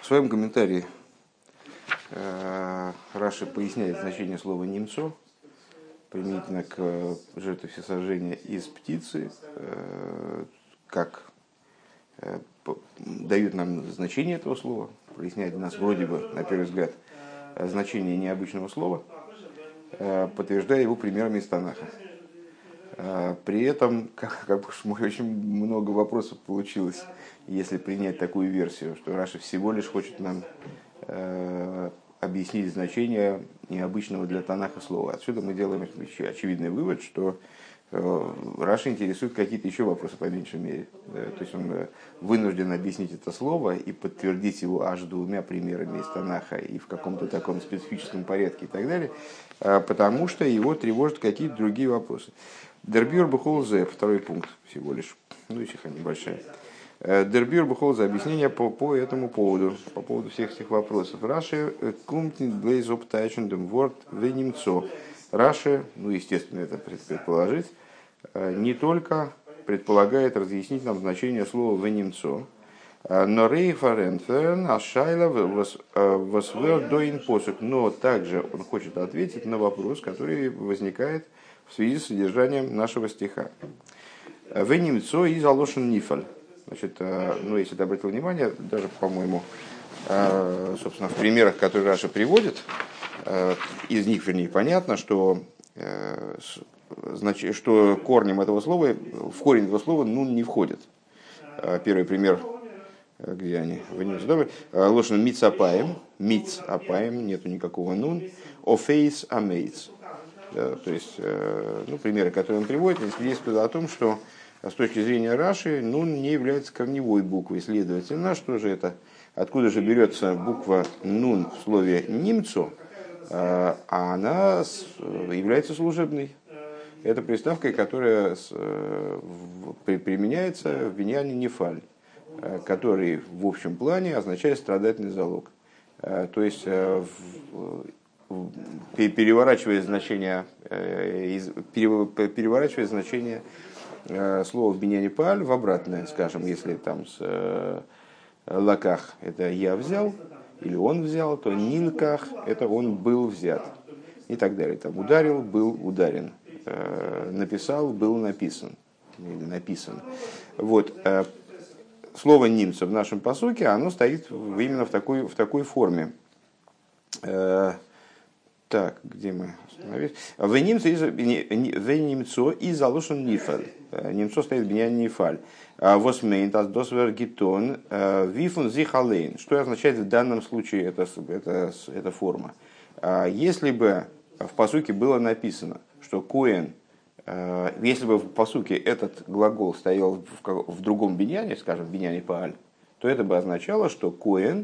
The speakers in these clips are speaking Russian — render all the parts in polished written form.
В своем комментарии Раши поясняет значение слова «немцо» применительно к жертве всесожжения из птицы, как дают нам значение этого слова, проясняет для нас вроде бы, на первый взгляд, значение необычного слова, подтверждая его примерами из Танаха. При этом, очень много вопросов получилось, если принять такую версию, что Раши всего лишь хочет нам объяснить значение необычного для Танаха слова. Отсюда мы делаем очевидный вывод, что Раши интересует какие-то еще вопросы, по меньшей мере. То есть он вынужден объяснить это слово и подтвердить его аж двумя примерами из Танаха и в каком-то таком специфическом порядке и так далее, потому что его тревожат какие-то другие вопросы. Дербюр Бухолзе, второй пункт всего лишь, еще небольшая. Дербюр Бухолзе, объяснение по этому поводу, по поводу всех этих вопросов. Раши кумтнит блейз оптайчендем ворд венемцо. Раши, естественно, это предположить, не только предполагает разъяснить нам значение слова «венемцо», но рейфарентферн ашайла восвердоин посук, но также он хочет ответить на вопрос, который возникает в связи с содержанием нашего стиха. «Венемцо и залошен нифаль». Значит, если ты обратил внимание, даже, по-моему, собственно, в примерах, которые Раша приводит, из них, вернее, понятно, что корнем этого слова, в корень этого слова «нун» не входит. Первый пример, где они? Лошен «миц апаем», нету никакого «нун», «офейс амейц». То есть, примеры, которые он приводит, свидетельствуют о том, что с точки зрения Раши «нун» не является корневой буквой. Следовательно, что же это? Откуда же берется буква «нун» в слове «нимцо», а она является служебной. Это приставкой, которая применяется в биньяне нефаль, который в общем плане означает страдательный залог. То есть, переворачивая значение слова в биньяне пааль в обратное, скажем, если там с лаках это я взял, или он взял, то нилках это он был взят. И так далее. Там ударил, был ударен. Написал, был написан. Или написан. Вот. Слово «нимца» в нашем пасуке, оно стоит именно в такой форме. Так, где мы остановились? «Венемцо и залошен нифаль». Немцо стоит в биньяне нифаль. «Восмейнт ас досвер гитон вифун зихалейн». Что означает в данном случае эта форма? Если бы в пасуке было написано, что коэн, если бы в пасуке этот глагол стоял в другом биньяне, скажем, в биньяне пааль, то это бы означало, что коэн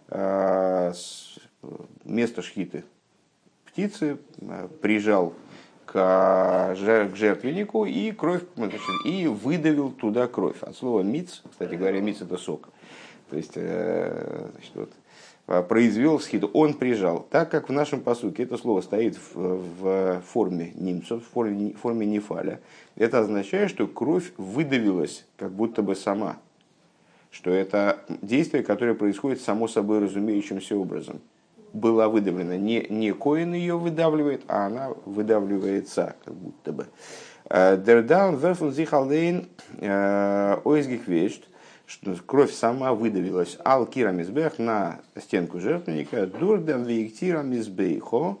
место шхиты птицы прижал к жертвеннику и кровь, и выдавил туда кровь. От слова «миц», кстати говоря, «миц» — это сок. То есть, произвел схиту, он прижал. Так как в нашем пасуке это слово стоит в форме нимцо, в форме нефаля, это означает, что кровь выдавилась как будто бы сама. Что это действие, которое происходит само собой разумеющимся образом. Была выдавлена. Не коэн ее выдавливает, а она выдавливается, как будто бы. Дердаун верфун зихалдейн ойзгихвешт, что кровь сама выдавилась. Ал кира мизбех, на стенку жертвенника. Дурдер вейктира мизбейхо.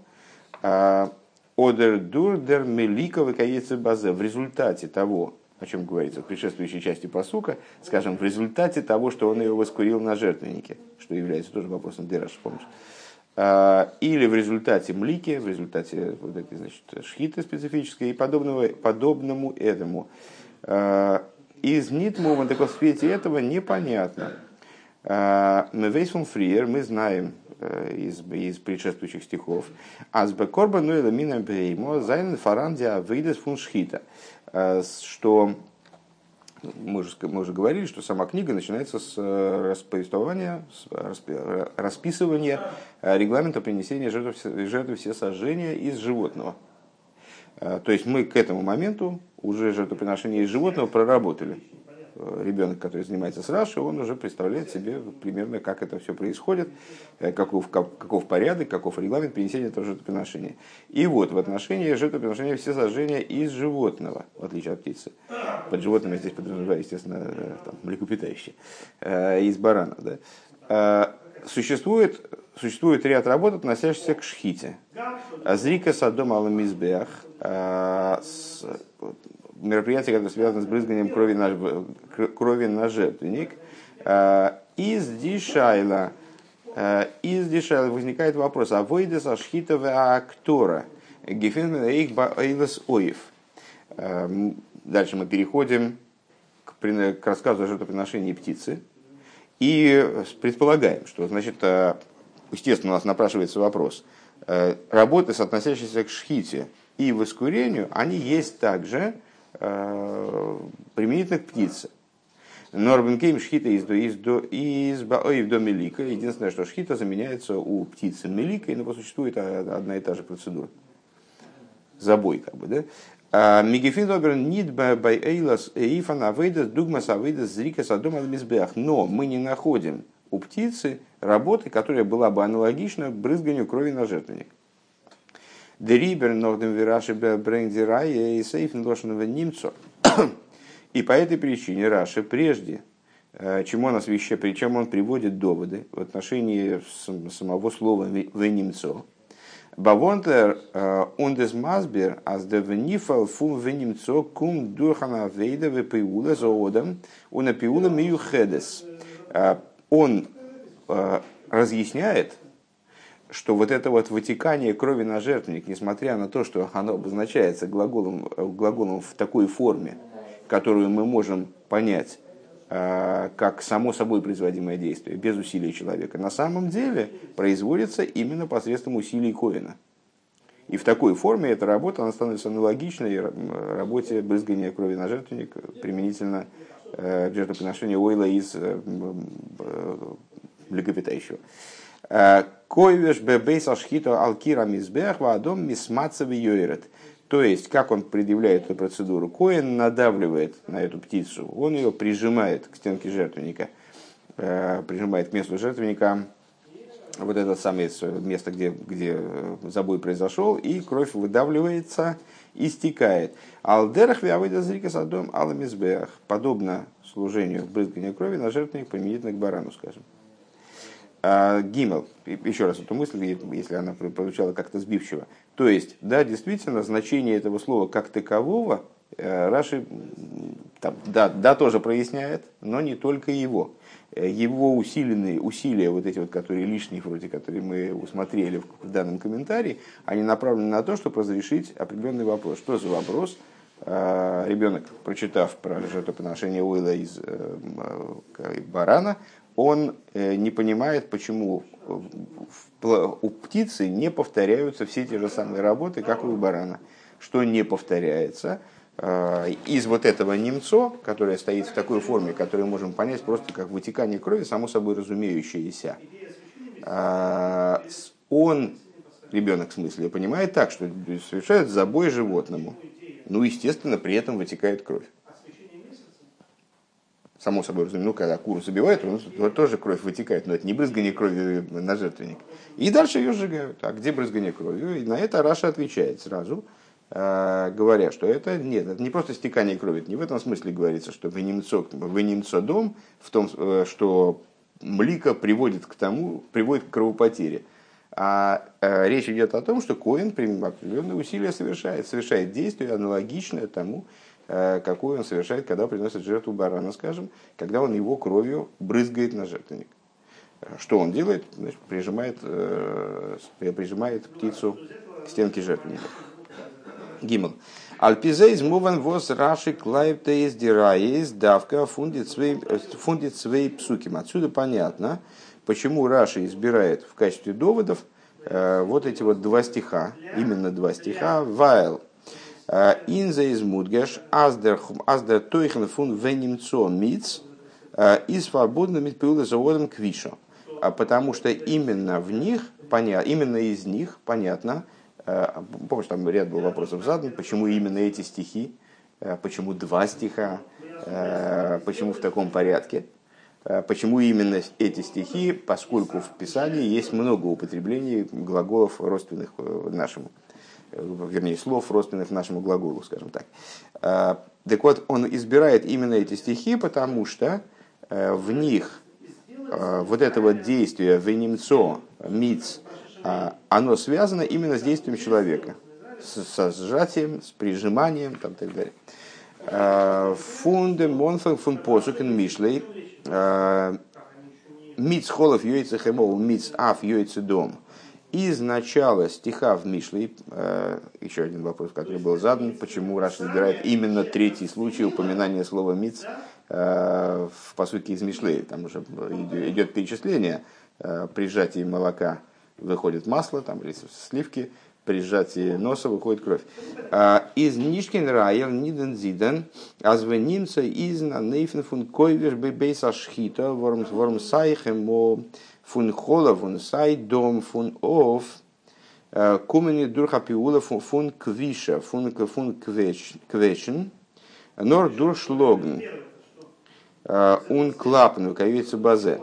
Одер дурдер мелика выкается базе. В результате того, о чем говорится в предшествующей части пасука, скажем, в результате того, что он ее воскурил на жертвеннике, что является тоже вопросом Дераш, помнишь? Или в результате млики, в результате вот этой, шхиты специфической и подобному этому. Из нитмува, так в свете этого непонятно. Мы вейсфун фриер, мы знаем из предшествующих стихов, азбекорба нуэла мина беймо зайн фарандия выйдет фун шхита, что мы уже говорили, что сама книга начинается с повествования, с расписывания регламента принесения жертвы всесожжения из животного. То есть мы к этому моменту уже жертвоприношение из животного проработали. ребенок, который занимается с Раши, он уже представляет себе примерно, как это все происходит, каков порядок, каков регламент принесения этого жертвоприношения. И вот в отношении жертвоприношения все сожжения из животного, в отличие от птицы. Под животным я здесь подразумеваю, естественно, там, млекопитающие, из барана. Да? Существует ряд работ, относящихся к шхите. Зрика садом аламизбех, мероприятие, которое связано с брызганием крови на жертвенник. Из дишайла возникает вопрос: а выйдет со шхитового актора гефинмен их баэйлес оев. Дальше мы переходим к рассказу о жертвоприношении птицы и предполагаем, что, значит, естественно, у нас напрашивается вопрос: работы, относящиеся к шхите и воскурению, они есть также применительно к птице. Норбенкейм шхита из мелика. Единственное, что шхита заменяется у птицы меликой, но существует одна и та же процедура. Забой, как бы, да? Мигефин добер нид бай эйлас эйфан авейдас дугмас авейдас зрикас адом алмизбех. Но мы не находим у птицы работы, которая была бы аналогична брызганию крови на жертвенник. Дерибер нордем вираши брендирай и сейфен лошного немцо. И по этой причине Раши прежде, чем он приводит доводы в отношении самого слова «венемцо», «бавонтер ундес мазбер аз де венифал фун венемцо кум дурхана вейда вепиула зоодам унапиула миюхедес». Он разъясняет, что вот это вот вытекание крови на жертвенник, несмотря на то, что оно обозначается глаголом в такой форме, которую мы можем понять как само собой производимое действие, без усилий человека, на самом деле производится именно посредством усилий коэна. И в такой форме эта работа она становится аналогичной работе брызгания крови на жертвенник применительно к жертвоприношению ойла из млекопитающего. Койвеш бебейс ашхито алкира мизбех ваадом мисмацеви йойрет. То есть, как он предъявляет эту процедуру? Коэн надавливает на эту птицу, он ее прижимает к стенке жертвенника, прижимает к месту жертвенника вот это самое место, где забой произошел, и кровь выдавливается и стекает. Алдерах виавыда зрика садом аламизбех. Подобно служению брызгания крови на жертвенник применительно к барану, скажем. Гимел, еще раз эту мысль, если она прозвучала как-то сбивчиво. То есть, да, действительно, значение этого слова как такового Раши тоже проясняет, но не только его. Его усилия, вот эти вот, которые лишние, вроде которые мы усмотрели в данном комментарии, они направлены на то, чтобы разрешить определенный вопрос. Что за вопрос? Ребенок, прочитав про жертвоприношение ойла из барана, он не понимает, почему у птицы не повторяются все те же самые работы, как и у барана. Что не повторяется из вот этого немцо, которое стоит в такой форме, которую можем понять просто как вытекание крови, само собой разумеющееся. Он, ребенок в смысле, понимает так, что совершает забой животному. Ну, естественно, при этом вытекает кровь. Само собой разумеется, когда куру забивают, тоже кровь вытекает, но это не брызгание крови на жертвенник. И дальше ее сжигают. А где брызгание кровью? И на это Раша отвечает сразу, говоря, что это не просто стекание крови. Это не в этом смысле говорится, что венемцо дом, в том, что млика приводит к кровопотере. А речь идет о том, что коэн определенные усилия совершает действие аналогичное тому, какую он совершает, когда приносит жертву барана, скажем, когда он его кровью брызгает на жертвенник. Что он делает? Значит, прижимает птицу к стенке жертвенника. Гимл. Альпизейз муван воз раши клайптейз дираейз давка фундит свей псуким. Отсюда понятно, почему Раши избирает в качестве доводов вот эти вот два стиха, именно два стиха, вайл. Инза из мудгаш аздер тойхен фун венемцо миц и свободно митпиула заводом квишо. Потому что именно из них понятно, помнишь, там ряд был вопросов задан, почему именно эти стихи, почему два стиха, Почему в таком порядке? Почему именно эти стихи? Поскольку в Писании есть много употреблений глаголов, родственных нашему, вернее, слов, родственных нашему глаголу, скажем так. Так вот, он избирает именно эти стихи, потому что в них вот это вот действие «венемцо», «миц», оно связано именно с действием человека, со сжатием, с прижиманием, там, и так далее. Фунде монфан фун посукен мишлей миц холов йойце хемол миц аф йойце дом. Из начала стиха в Мишлей, еще один вопрос, который был задан, почему Раши избирает именно третий случай упоминания слова «миц» в пасуке из Мишлей. Там уже идет перечисление, при сжатии молока выходит масло, там, или сливки, при сжатии носа выходит кровь. Из Нишкин Райер Ниден Зиден азвенимца из на нейфен фун койвиш бейса шхита ворм сайхем фун хола фун сай дом фун оф кумени дурхапиула фун квиша фун квечен нор дуршлогн ун клапну кавица базе.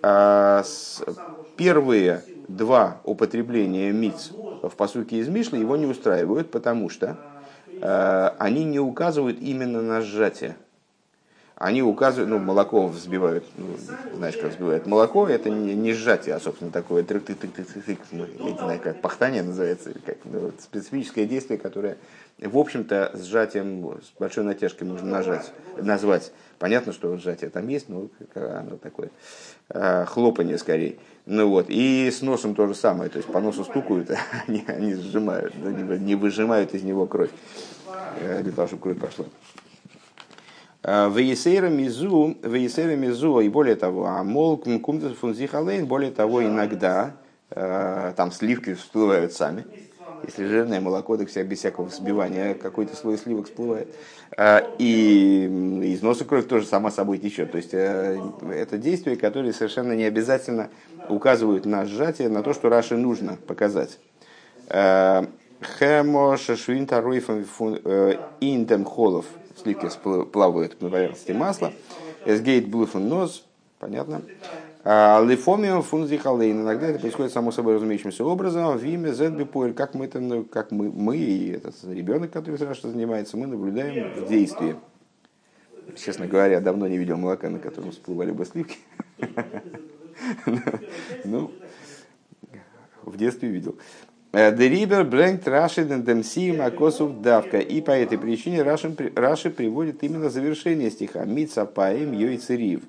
Первые два употребления миц в пасуке из Мишли его не устраивают, потому что они не указывают именно на сжатие. Они указывают, молоко взбивают, знаешь, как взбивают молоко, это не сжатие, а, собственно, такое трык-тык-тык-тык-тык, я не знаю, как пахтание называется, как специфическое действие, которое, в общем-то, сжатием с большой натяжкой можно назвать. Понятно, что сжатие там есть, но оно такое хлопанье скорее. И с носом то же самое, то есть по носу стукают, они сжимают, не выжимают из него кровь, для того, чтобы кровь пошла. Вейсейра мизу, и более того, амол кумтес фунзихалейн, более того, иногда там сливки всплывают сами. Если жирное молоко, так без всякого взбивания какой-то слой сливок всплывает. И из носа кровь тоже сама собой течет. То есть это действия, которые совершенно не обязательно указывают на сжатие, на то, что Раши нужно показать. Хэмо шашвинта ройфом индем холов. Сливки плавают на поверхности масла. Эсгейт блуфен нос. Понятно. Лифомиум фунзихалейн. Иногда это происходит само собой разумеющимся образом. Виме зетбипуэль. Как мы и этот ребенок, который Раша занимается, мы наблюдаем в действии. Честно говоря, давно не видел молока, на котором всплывали бы сливки. В детстве видел. Дерибер брэнгт Раши дендемси макосув давка. И по этой причине Раши приводит именно завершение стиха. Мица паим йойцерив.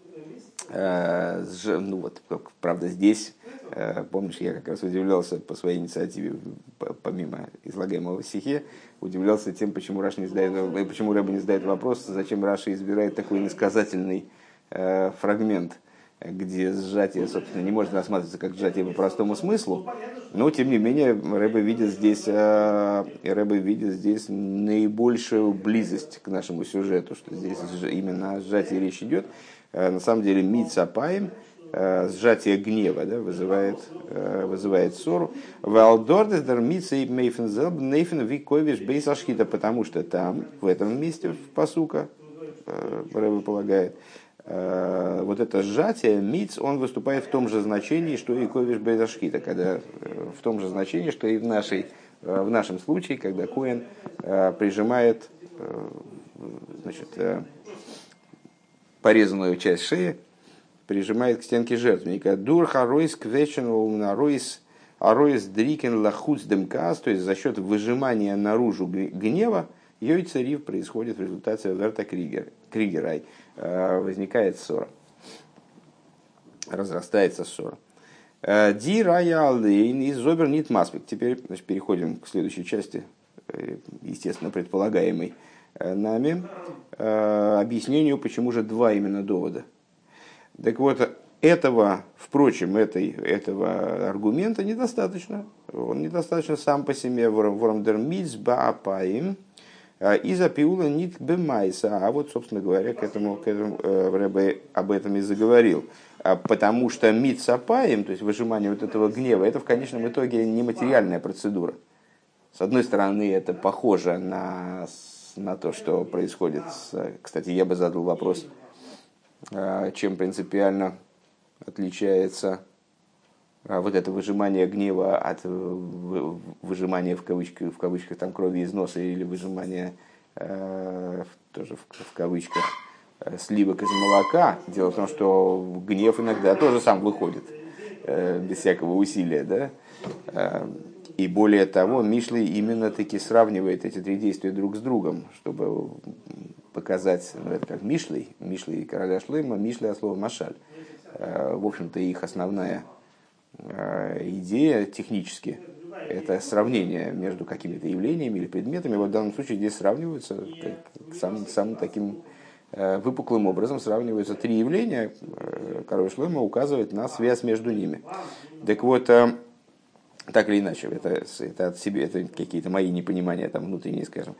Правда, здесь, помнишь, я как раз удивлялся по своей инициативе, помимо излагаемого в стихе, удивлялся тем, почему Рэбе не задает вопрос, зачем Раши избирает такой иносказательный фрагмент, где сжатие, собственно, не может рассматриваться как сжатие по простому смыслу, но, тем не менее, Рэбе видит здесь наибольшую близость к нашему сюжету, что здесь именно о сжатии речь идет. На самом деле, мицапаем, сжатие гнева, да, вызывает ссору. Потому что там, в этом месте, в пасука, Рэбе полагает, вот это сжатие, миц, он выступает в том же значении, что и ковиш бейзашхита, когда в том же значении, что и в нашем случае, когда коэн прижимает, порезанную часть шеи, прижимает к стенке жертвенника. Дур харойс квечен аройс дрикен лахуц демкас, то есть за счет выжимания наружу гнева, йойцерив происходит в результате верта кригерай. Возникает ссора, разрастается ссора. Ди рая алдейн из зобер нит маспик. Теперь переходим к следующей части, естественно, предполагаемой нами, объяснению, почему же два именно довода. Так вот, этого аргумента недостаточно. Он недостаточно сам по себе. Вормдермиц баапаим и запиула нит бемайса. А вот, собственно говоря, к этому Рэбе об этом и заговорил. Потому что мицапаем, то есть выжимание вот этого гнева, это в конечном итоге нематериальная процедура. С одной стороны, это похоже на на то, что происходит. Кстати, я бы задал вопрос, чем принципиально отличается вот это выжимание гнева от выжимания в кавычках там, крови из носа или выжимания тоже в кавычках сливок из молока. Дело в том, что гнев иногда тоже сам выходит без всякого усилия, да? И более того, Мишлей именно таки сравнивает эти три действия друг с другом, чтобы показать, ну, это как Мишлей короля Шлейма, Мишлей от слова Машаль. В общем-то, их основная идея технически – это сравнение между какими-то явлениями или предметами. Вот в данном случае здесь сравниваются самым таким выпуклым образом сравниваются три явления. Король Шлейма указывает на связь между ними. Так вот, так или иначе, это от себя, это какие-то мои непонимания там внутренние, скажем.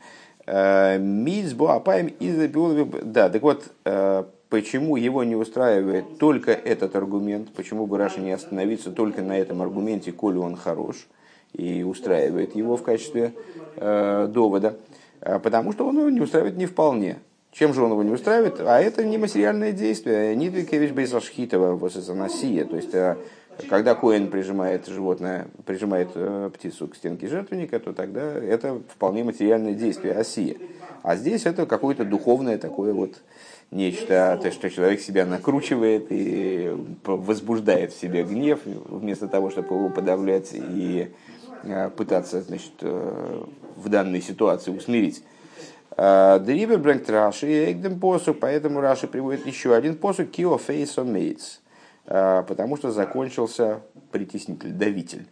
Да, так вот, почему его не устраивает только этот аргумент, почему бы Раши не остановиться только на этом аргументе, коли он хорош, и устраивает его в качестве довода, потому что он его не устраивает не вполне. Чем же он его не устраивает? А это нематериальное действие. Нидвикевич Бейсашхитова, Восесанасия. То есть, когда коэн прижимает животное, прижимает птицу к стенке жертвенника, то тогда это вполне материальное действие, асия. А здесь это какое-то духовное такое вот нечто, то, что человек себя накручивает и возбуждает в себе гнев, вместо того, чтобы его подавлять и пытаться, значит, в данной ситуации усмирить. Дрибер брэнгт Раши и Эгдем посук, поэтому Раши приводит еще один посук Кио Фейсо Мейтс, потому что закончился притеснитель, давитель.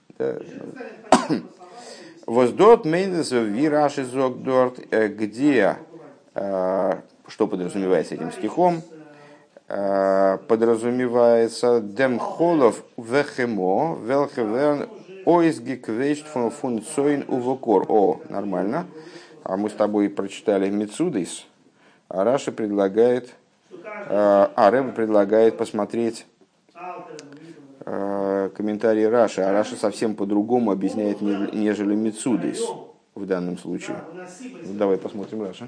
Воздот Мейнес Ви Раши Зогдорт, где, что подразумевается этим стихом, подразумевается Дем Холов Вехемо Велхеверн Ойсги Квейшт фун Цойн Увокор. О, нормально. А мы с тобой прочитали Мецудис, а Раши предлагает, Рэбе предлагает посмотреть комментарии Раши, а Раши совсем по-другому объясняет, нежели Мецудис в данном случае. Ну, давай посмотрим Раши.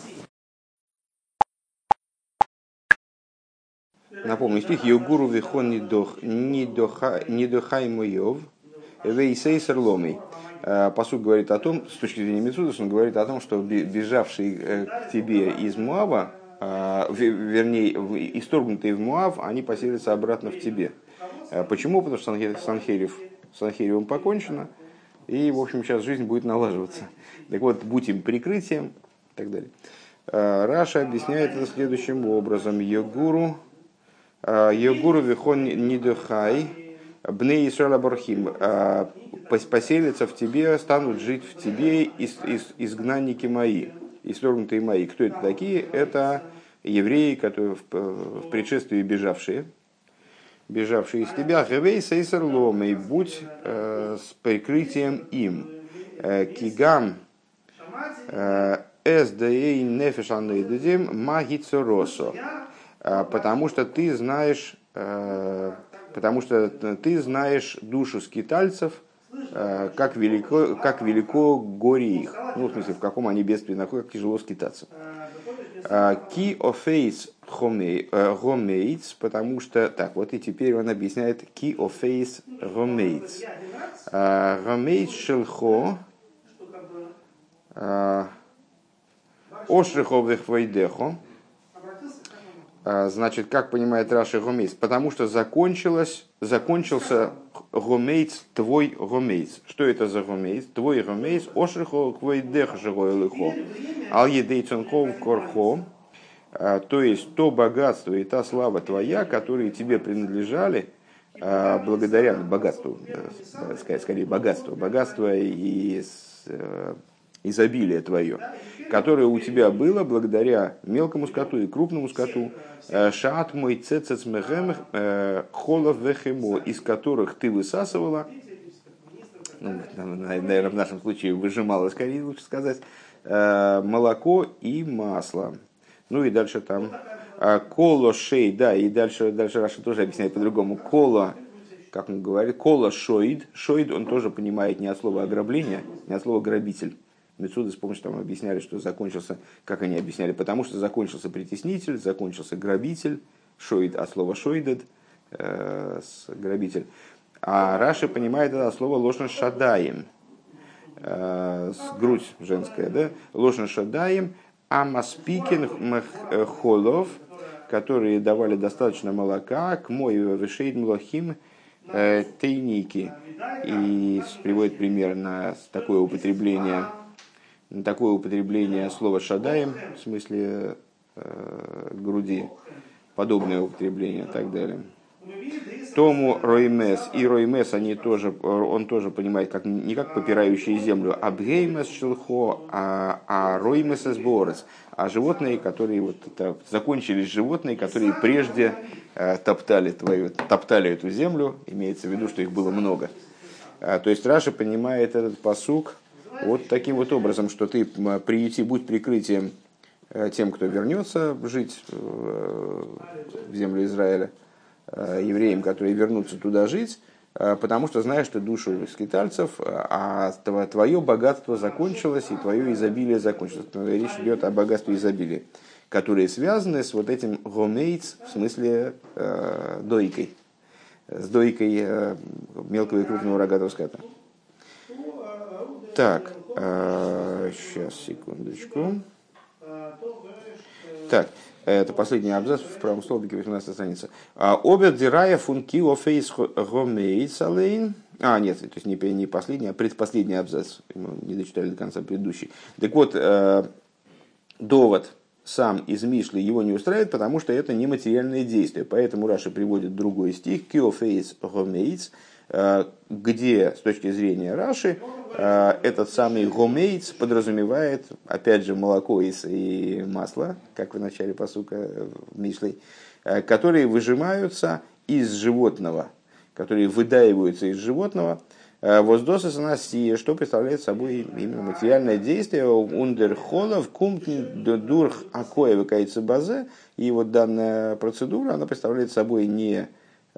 Напомню, стих Йогуру Вихон Нидохай Моев Вейсейсер Ломей. Пасук говорит о том, с точки зрения Мецудис, он говорит о том, что бежавшие к тебе из Моава, вернее, исторгнутые в Моав, они поселятся обратно в тебе. Почему? Потому что Санхеривым покончено, и, в общем, сейчас жизнь будет налаживаться. Так вот, будь им прикрытием, и так далее. Раша объясняет это следующим образом. Йогуру Вихон Нидохай Бней Исраэля Бархим, поселятся в тебе, станут жить в тебе изгнанники мои, исторгнутые мои. Кто это такие? Это евреи, которые в предшествии бежавшие из тебя. Гевей сейсер ломей, будь с прикрытием им. Кигам эсдээй нефеш анэйдэдим магицоросо. Потому что ты знаешь душу скитальцев, как велико горе их. Ну, в смысле, в каком они бедствии находятся, как тяжело скитаться. Ки офейс гомейтс, потому что... Так, вот и теперь он объясняет ки офейс гомейтс. Гомейтс шелхо ошрихо вехвайдехо. Значит, как понимает Раши гомейц? Потому что закончился гомейц, твой гомейц. Что это за гомейц? Твой гомейц, ошрихо квайдех жигойлыхо. Ал едейцонхов корхо. То есть, то богатство и та слава твоя, которые тебе принадлежали, благодаря богатству, скорее богатство и изобилие твое, которое у тебя было благодаря мелкому скоту и крупному скоту, шаат мой цецец мехем холов вехемо, из которых ты высасывала, ну, наверное, в нашем случае выжимала, скорее лучше сказать, молоко и масло. Ну и дальше там коло шей, да, и дальше Раша тоже объясняет по-другому. Коло, как он говорит, коло шоид. Шоид он тоже понимает не от слова ограбление, не от слова грабитель. Мецудес, помнишь, там объясняли, что закончился, как они объясняли, потому что закончился притеснитель, закончился грабитель, шоид, от слова шойдед, грабитель. А Раши понимает это слово лошен шадаем, грудь женская, да? Лошен шадаем, амаспикин холов, которые давали достаточно молока, к мою вешейд млохим тейники. И приводит пример на такое употребление слова шадаем, в смысле груди, подобное употребление и так далее. Тому роймес и роймес он тоже понимает как, не как попирающие землю, а бгеймес шелхо, а роймес сборес, а животные, которые вот закончились животные, которые прежде топтали эту землю, имеется в виду, что их было много. То есть Раша понимает этот пасук вот таким вот образом, что ты будь прикрытием тем, кто вернется жить в землю Израиля, евреям, которые вернутся туда жить, потому что знаешь ты душу скитальцев, а твое богатство закончилось и твое изобилие закончилось. Речь идет о богатстве и изобилии, которые связаны с вот этим гомейц, в смысле дойкой, с дойкой мелкого и крупного рогатого скота. Так, сейчас, секундочку. Так, это последний абзац в правом столбике, 18 страница. Обер дирая функи офейс гомейц алейн. Нет, то есть не последний, а предпоследний абзац. Мы не дочитали до конца предыдущий. Так вот, довод сам из Мишли его не устраивает, потому что это нематериальное действие. Поэтому Раши приводит другой стих, киофейс гомейц, где, с точки зрения Раши, этот самый гомейц подразумевает, опять же, молоко и масло, как в начале пасука в Мишлей, которые выжимаются из животного, которые выдаиваются из животного, воздосы санасия, что представляет собой именно материальное действие, ундер холов, кумтн дурх акоева кайца базе, и вот данная процедура, она представляет собой не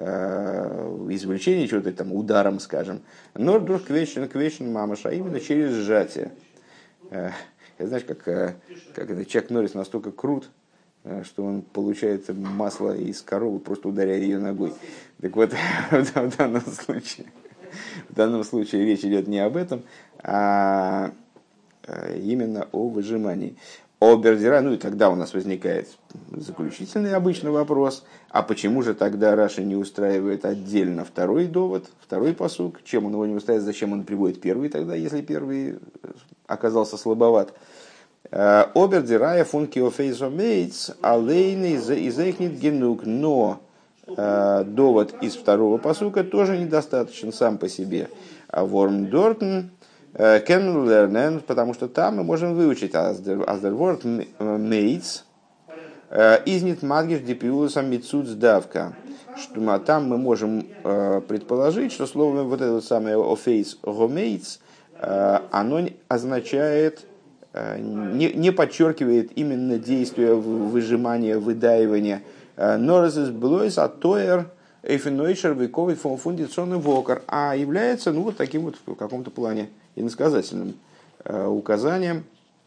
извлечение чего-то там ударом, скажем, но дух квешен мамаша, именно через сжатие. Знаешь, как это Чак Норрис настолько крут, что он получает масло из коровы, просто ударяя ее ногой. Так вот, в данном случае речь идет не об этом, а именно о выжимании. Обердира, ну и тогда у нас возникает заключительный обычный вопрос, а почему же тогда Раши не устраивает отдельно второй довод, второй пасук, чем он его не устраивает, зачем он приводит первый тогда, если первый оказался слабоват. Обердирая функи офейзомейтс, алейный изэкнит генук, но довод из второго пасука тоже недостаточен сам по себе. А Вормдортен can learn, потому что там мы можем выучить as the word mates изнит мадгиш дипиусам мицуц давка, что там мы можем предположить, что слово вот это вот самое офейс гомейтс, оно означает, не подчеркивает именно действие выжимания, выдаивания, норзес блойс атоер эйфенойшер вековый фундиционный вокер, а является вот таким вот в каком-то плане иносказательным указанием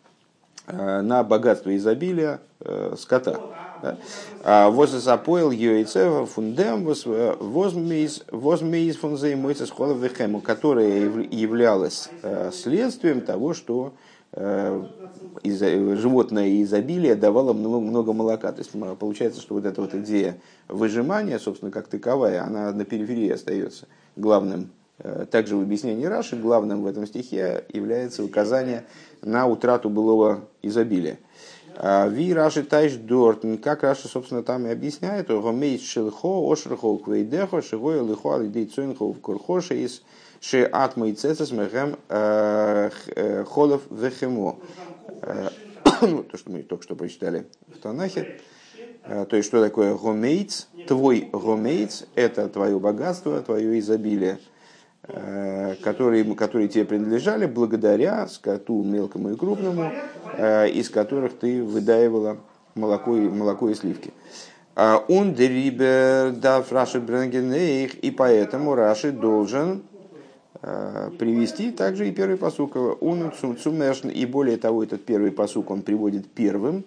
на богатство и изобилие скота. Возапоил яйце фундем возмеис фунзеймойца схолов вехему, которая являлась следствием того, что животное изобилие давало много молока. То есть получается, что вот эта вот идея выжимания, собственно, как таковая, она на периферии остается главным. Также в объяснении Раши главным в этом стихе является указание на утрату былого изобилия. Ви Раши тайш дортн, как Раши, собственно, там и объясняет, гомейс шелхо ошерхо квейдехо шигоя лихо алидей цойнхо в курхоше из ше атмой цецес мехем холов вехемо. То, что мы только что прочитали в Танахе. То есть, что такое гомейц? Твой гомейц – это твое богатство, твое изобилие, которые тебе принадлежали благодаря скоту мелкому и крупному, из которых ты выдаивала молоко и сливки. И поэтому Раши должен привести также и первый пасук. И более того, этот первый пасук он приводит первым.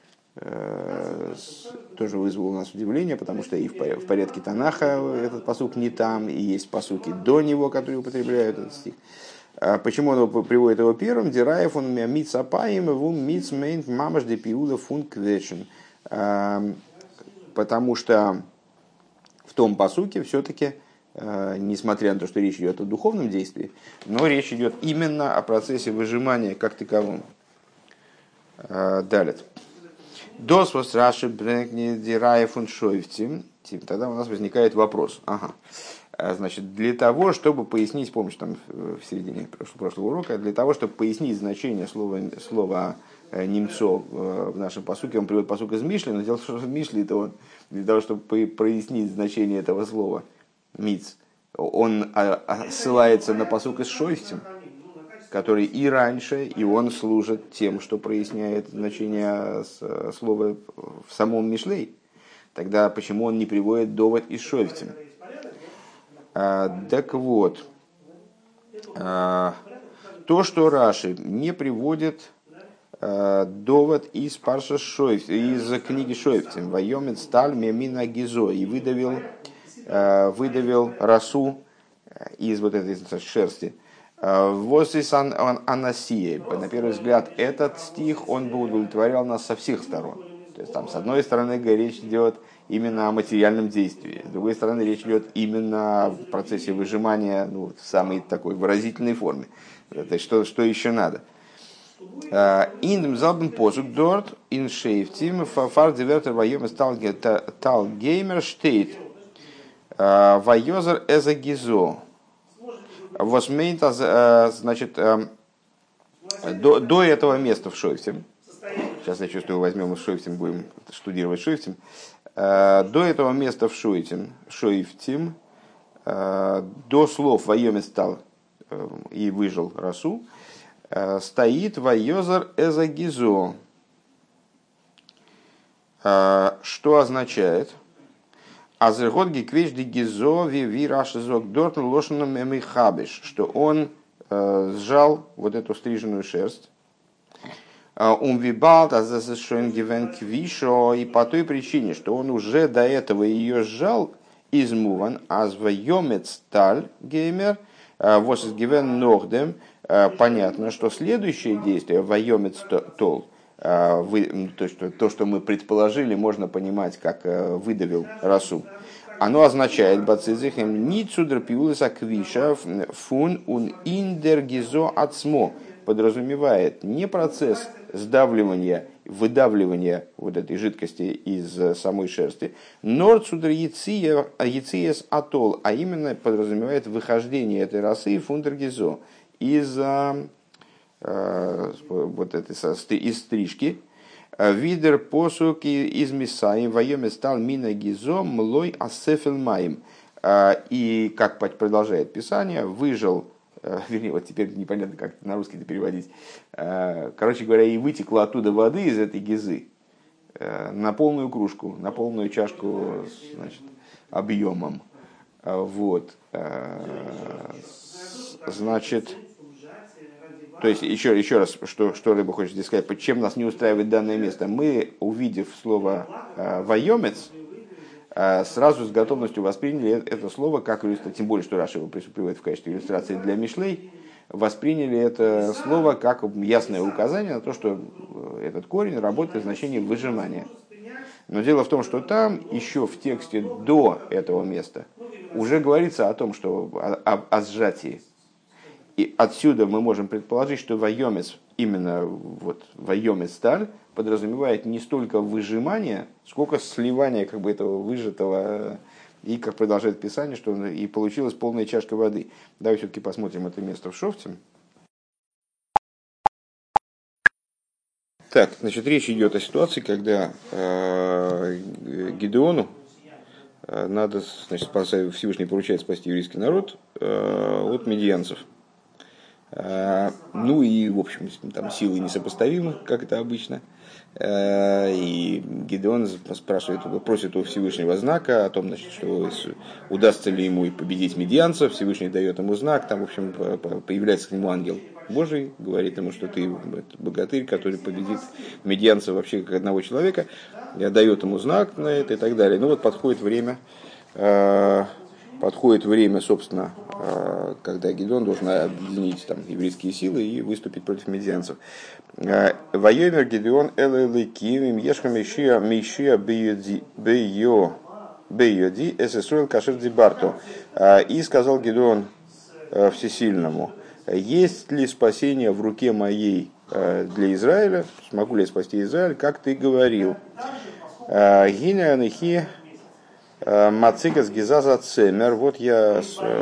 Тоже вызвало у нас удивление, потому что и в порядке Танаха этот пасук не там, и есть пасуки до него, которые употребляют этот стих. Почему он приводит его первым? Дираев он миц апаим вум миц мейнт мамаш де пиуда фун квешен. Потому что в том пасуке все-таки, несмотря на то, что речь идет о духовном действии, но речь идет именно о процессе выжимания как таковом. Далее. Дос вас раши брекни дираев он шойфтим. Тогда у нас возникает вопрос. Ага. Значит, для того, чтобы пояснить, помнишь, там в середине прошлого урока, для того, чтобы пояснить значение слова немцов в нашем пасуке, он приводит пасук из Мишли, но дело в том, что Мишли, это он, для того, чтобы прояснить значение этого слова, миц, он ссылается на пасук из Шойфтим, который и раньше, и он служит тем, что проясняет значение слова в самом Мишлей. Тогда почему он не приводит довод из Шойфтим? Так вот, то, что Раши не приводит довод из Парша Шойф, из книги Шойфтим, «Вайомет сталь мемина гизо», и выдавил росу из вот этой шерсти. «Восис анасие». На первый взгляд, этот стих, он бы удовлетворял нас со всех сторон. То есть, там, с одной стороны, речь идет именно о материальном действии, с другой стороны, речь идет именно о процессе выжимания, в самой такой выразительной форме. То есть, что еще надо? Индем залбен посук дорт ин шейфтим фар дивертер вайомес тал геймер штейт вайозер эзагизо. Восмейт, значит, до этого места в Шойфтим. Сейчас я чувствую, возьмем из Шойфтим, будем штудировать Шойфтим. До этого места в Шойфтим, до слов «Вайомес стал» и «выжил росу», стоит «Вайозер эзагизо», что означает «Азергот гиквеш ди гизо ви рашизок дортн лошаном эмихабиш», что он сжал вот эту стриженную шерсть, умвибалт, и по той причине, что он уже до этого ее сжал, измуван, азвайомет сталь геймер, восис гивен нордем, понятно, что следующее действие, вайомет тол, то, что мы предположили, можно понимать, как выдавил росу, оно означает бацизихем ницудр пиулиса квиша фун ун индер гизо ацмо, подразумевает не процесс сдавливания, выдавливания вот этой жидкости из самой шерсти, норцудр яциес атол, а именно подразумевает выхождение этой росы фундергизо из вот этой из стрижки. Видер посук из Мисаим вайоме стал мина гизо млой асефел маим. И, как продолжает Писание, выжил, вернее, вот теперь непонятно, как на русский это переводить. Короче говоря, и вытекла оттуда воды из этой гизы на полную кружку, на полную чашку, значит, объемом. Вот. Значит, то есть, еще раз, что Рыба хочет здесь сказать, чем нас не устраивает данное место. Мы, увидев слово «вайомец», сразу с готовностью восприняли это слово как иллюстрацию, тем более, что Раши его приводит в качестве иллюстрации для Мишлей, восприняли это слово как ясное указание на то, что этот корень работает в значении выжимания. Но дело в том, что там еще в тексте до этого места уже говорится о том, что о сжатии. И отсюда мы можем предположить, что вайомец, именно вот вайомец сталь, подразумевает не столько выжимание, сколько сливание как бы этого выжатого, и, как продолжает Писание, что и получилась полная чашка воды. Давай все-таки посмотрим это место в Шофте. Так, значит, речь идет о ситуации, когда Гидеону надо, значит, Всевышний поручает спасти еврейский народ от медианцев. Ну и, в общем, там силы несопоставимы, как это обычно. И Гидеон просит у Всевышнего знака о том, значит, что удастся ли ему победить медианцев. Всевышний дает ему знак, там, в общем, появляется к нему ангел Божий, говорит ему, что ты богатырь, который победит медианцев вообще как одного человека, дает ему знак на это и так далее. Ну вот подходит время, собственно, когда Гидеон должен объединить там еврейские силы и выступить против медианцев. Вайомер Гидеон элэлэким ешха мишия бейоди эсэсруэл кашер дибарто. И сказал Гидеон Всесильному: есть ли спасение в руке моей для Израиля? Смогу ли я спасти Израиль, как ты говорил? Гиня анихи мацикас гизаза цемер. Вот я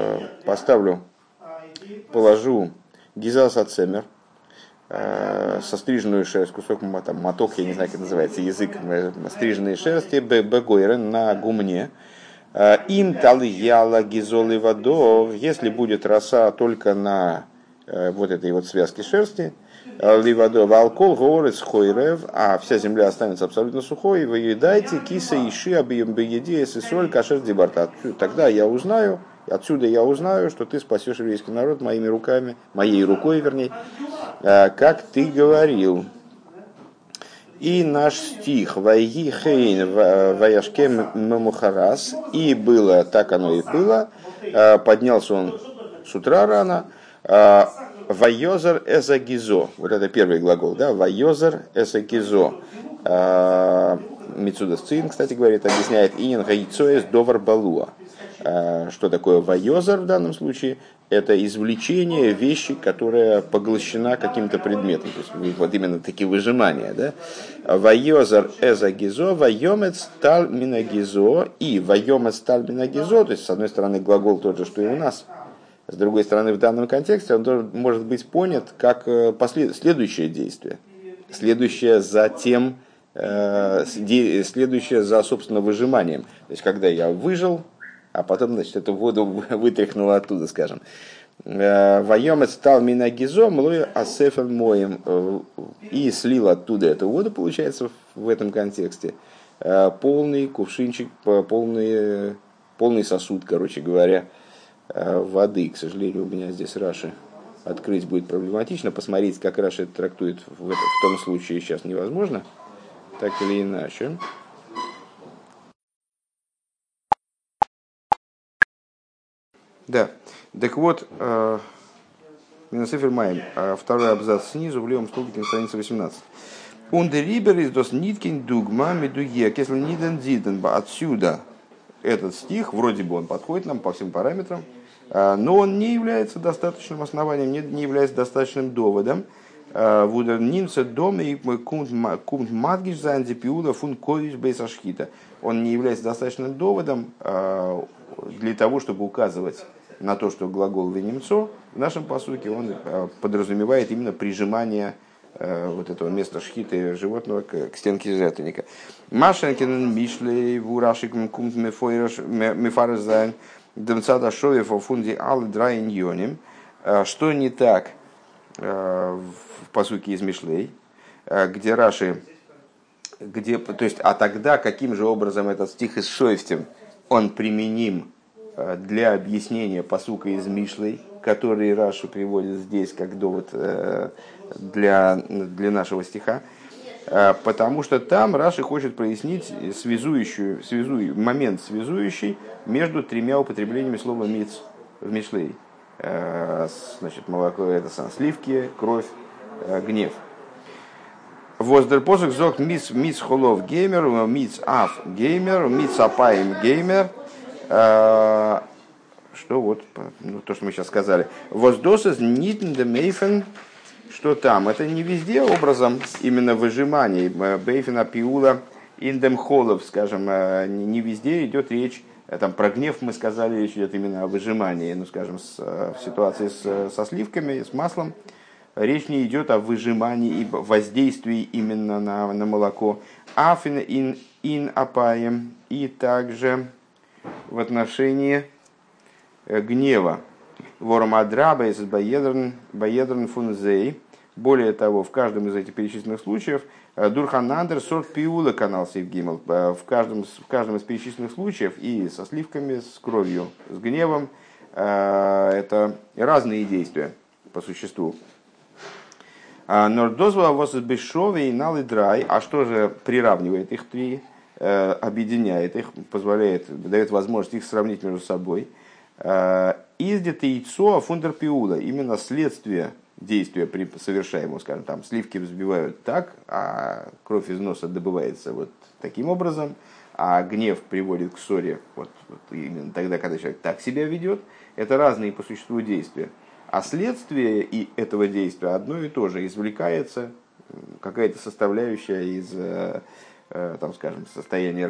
положу гизаза цемер, состриженную шерсть, кусок, там, моток, я не знаю, как это называется, язык стриженной шерсти, бегойрен на гумне. Им талияла гизолы водов, если будет роса только на вот этой вот связке шерсти, ливадов алкол горец хойрев, а вся земля останется абсолютно сухой, вы едайте киса иши объем бегеди соль кашер дебарта. Тогда я узнаю, отсюда я узнаю, что ты спасешь еврейский народ моими руками, моей рукой, вернее, как ты говорил. И наш стих «Вайги хейн ваяшкем мемухарас», и было, так оно и было, поднялся он с утра рано, «Вайозер эзагизо», вот это первый глагол, да, «Вайозер эзагизо». Мицуда Сцин, кстати, говорит, объясняет «Инин гаицоэс довар балуа». Что такое «вайозер» в данном случае? Это извлечение вещи, которая поглощена каким-то предметом. То есть вот именно такие выжимания. Да? Вайозер эзагизо, вайомец таль минагизо. И вайомец таль минагизо, то есть с одной стороны глагол тот же, что и у нас. С другой стороны, в данном контексте он тоже может быть понят как следующее действие. Следующее за тем, следующее за, собственно, выжиманием. То есть когда я выжил, а потом, значит, эту воду вытряхнула оттуда, скажем. Вайомец стал минагизо, млою асефер моем. И слил оттуда эту воду, получается, в этом контексте. Полный кувшинчик, полный сосуд, короче говоря, воды. К сожалению, у меня здесь Раши открыть будет проблематично. Посмотреть, как Раши это трактует в том случае, сейчас невозможно. Так или иначе. Да, так вот, Минасефер Майм, второй абзац снизу, в левом столбике на странице 18. Ундерибер из дос ниткин дугма медуе кесл ниден диден. Отсюда этот стих, вроде бы он подходит нам по всем параметрам, но он не является достаточным основанием, не является достаточным доводом. Вудер нимца дома и кумт мадгиш за андипиуда фун кович бейсашхита. Он не является достаточным доводом для того, чтобы указывать на то, что глагол «венемцо» в нашем пасуке он подразумевает именно прижимание вот этого места шхиты животного к стенке жертвенника. Машенкин мишлей вурашиком кумт мефарзайн демцада шоев фунди ал драйньоним. Что не так в пасуке из Мишлей, где Раши, то есть, а тогда каким же образом этот стих из Шойфтем он применим для объяснения пасука из Мишлей, который Раши приводит здесь как довод для нашего стиха, потому что там Раши хочет прояснить момент связующий между тремя употреблениями слова «миц» в Мишлей. Значит, молоко — это сливки, кровь, гнев. Воздер посох зог миц холов геймер, миц аф геймер, миц апаем геймер. Что вот, ну, то, что мы сейчас сказали. Воздосес нитн де мейфен. Что там? Это не везде образом именно выжиманий. Бейфена пиула индем холов, скажем, не везде идет речь. Там про гнев мы сказали, речь идет именно о выжимании. Ну, скажем, в ситуации со сливками, с маслом. Речь не идет о выжимании и воздействии именно на молоко. Афин ин апаем. И также в отношении гнева. Вором адраба из баедрн фунзей. Более того, в каждом из этих перечисленных случаев Дурханандер сорт пиула канал Сейфгимл. В каждом из перечисленных случаев и со сливками, с кровью, с гневом это разные действия по существу. Нордозва вас бешове и нал и драй. А что же приравнивает их три, объединяет их, позволяет, дает возможность их сравнить между собой? Издет яйцо фундер пиула. Именно следствие действия при совершаемом, скажем, там сливки взбивают так, а кровь из носа добывается вот таким образом, а гнев приводит к ссоре вот именно тогда, когда человек так себя ведет. Это разные по существу действия. А следствие и этого действия одно и то же. Извлекается какая-то составляющая из, там, скажем, состояния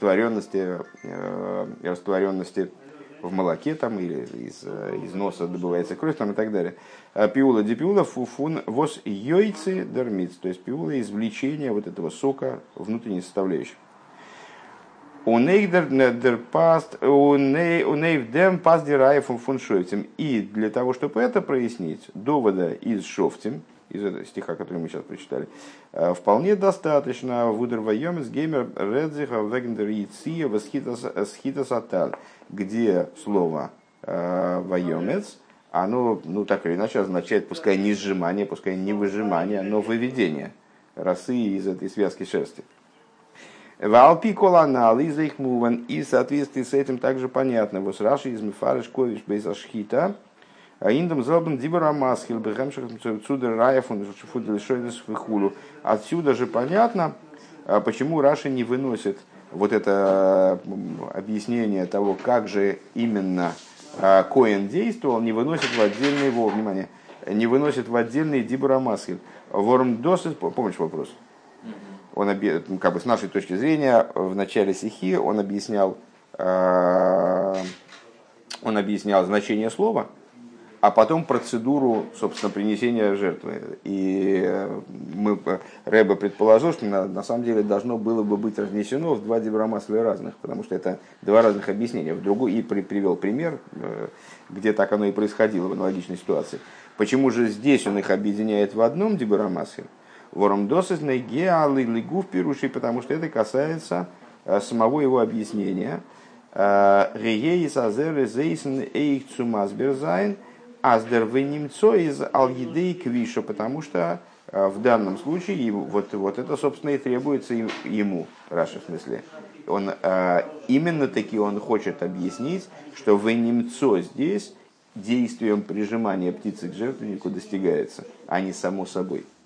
растворенности в молоке там, или из носа добывается кровь там, и так далее. Пиула дипиула фун вос йойцы дермиц. То есть пиула извлечение вот этого сока внутренней составляющей. И для того, чтобы это прояснить, довода из Шофтим, из этого стиха, который мы сейчас прочитали, вполне достаточно вудер вайомец геймер редзиха вегендер яйция восхитас атал, где слово вайомец, оно, ну так или иначе, означает, пускай не сжимание, пускай не выжимание, но выведение росы из этой связки шерсти. Валпи коланал из их муван, и в соответствии с этим также понятно. Вот Раши из Мефареш Ковиш Бейзашхита, а индом злобен дибарамасхил бехемших цудер раев он фудель шойдес вихулу. Отсюда же понятно, почему Раши не выносит вот это объяснение того, как же именно Коэн действовал, не выносит в отдельный его внимание, не выносит в отдельный дибарамасхил. Ворм досыт, помнишь вопрос? Он, как бы с нашей точки зрения, в начале сихи он объяснял значение слова, а потом процедуру, собственно, принесения жертвы. И Ребе предположил, что на самом деле должно было бы быть разнесено в два дибрамасля разных, потому что это два разных объяснения. В другой и привел пример, где так оно и происходило в аналогичной ситуации. Почему же здесь он их объединяет в одном дибрамасле? Вором досысный геалы лигув пируши, потому что это касается самого его объяснения. Реей сазеры зейсен эйх цумасберзайн аздер венемцо из алгидей квиша, потому что в данном случае вот это, собственно, и требуется ему, Раши в смысле. Он, именно таки он хочет объяснить, что венемцо здесь действием прижимания птицы к жертвеннику достигается, а не само собой.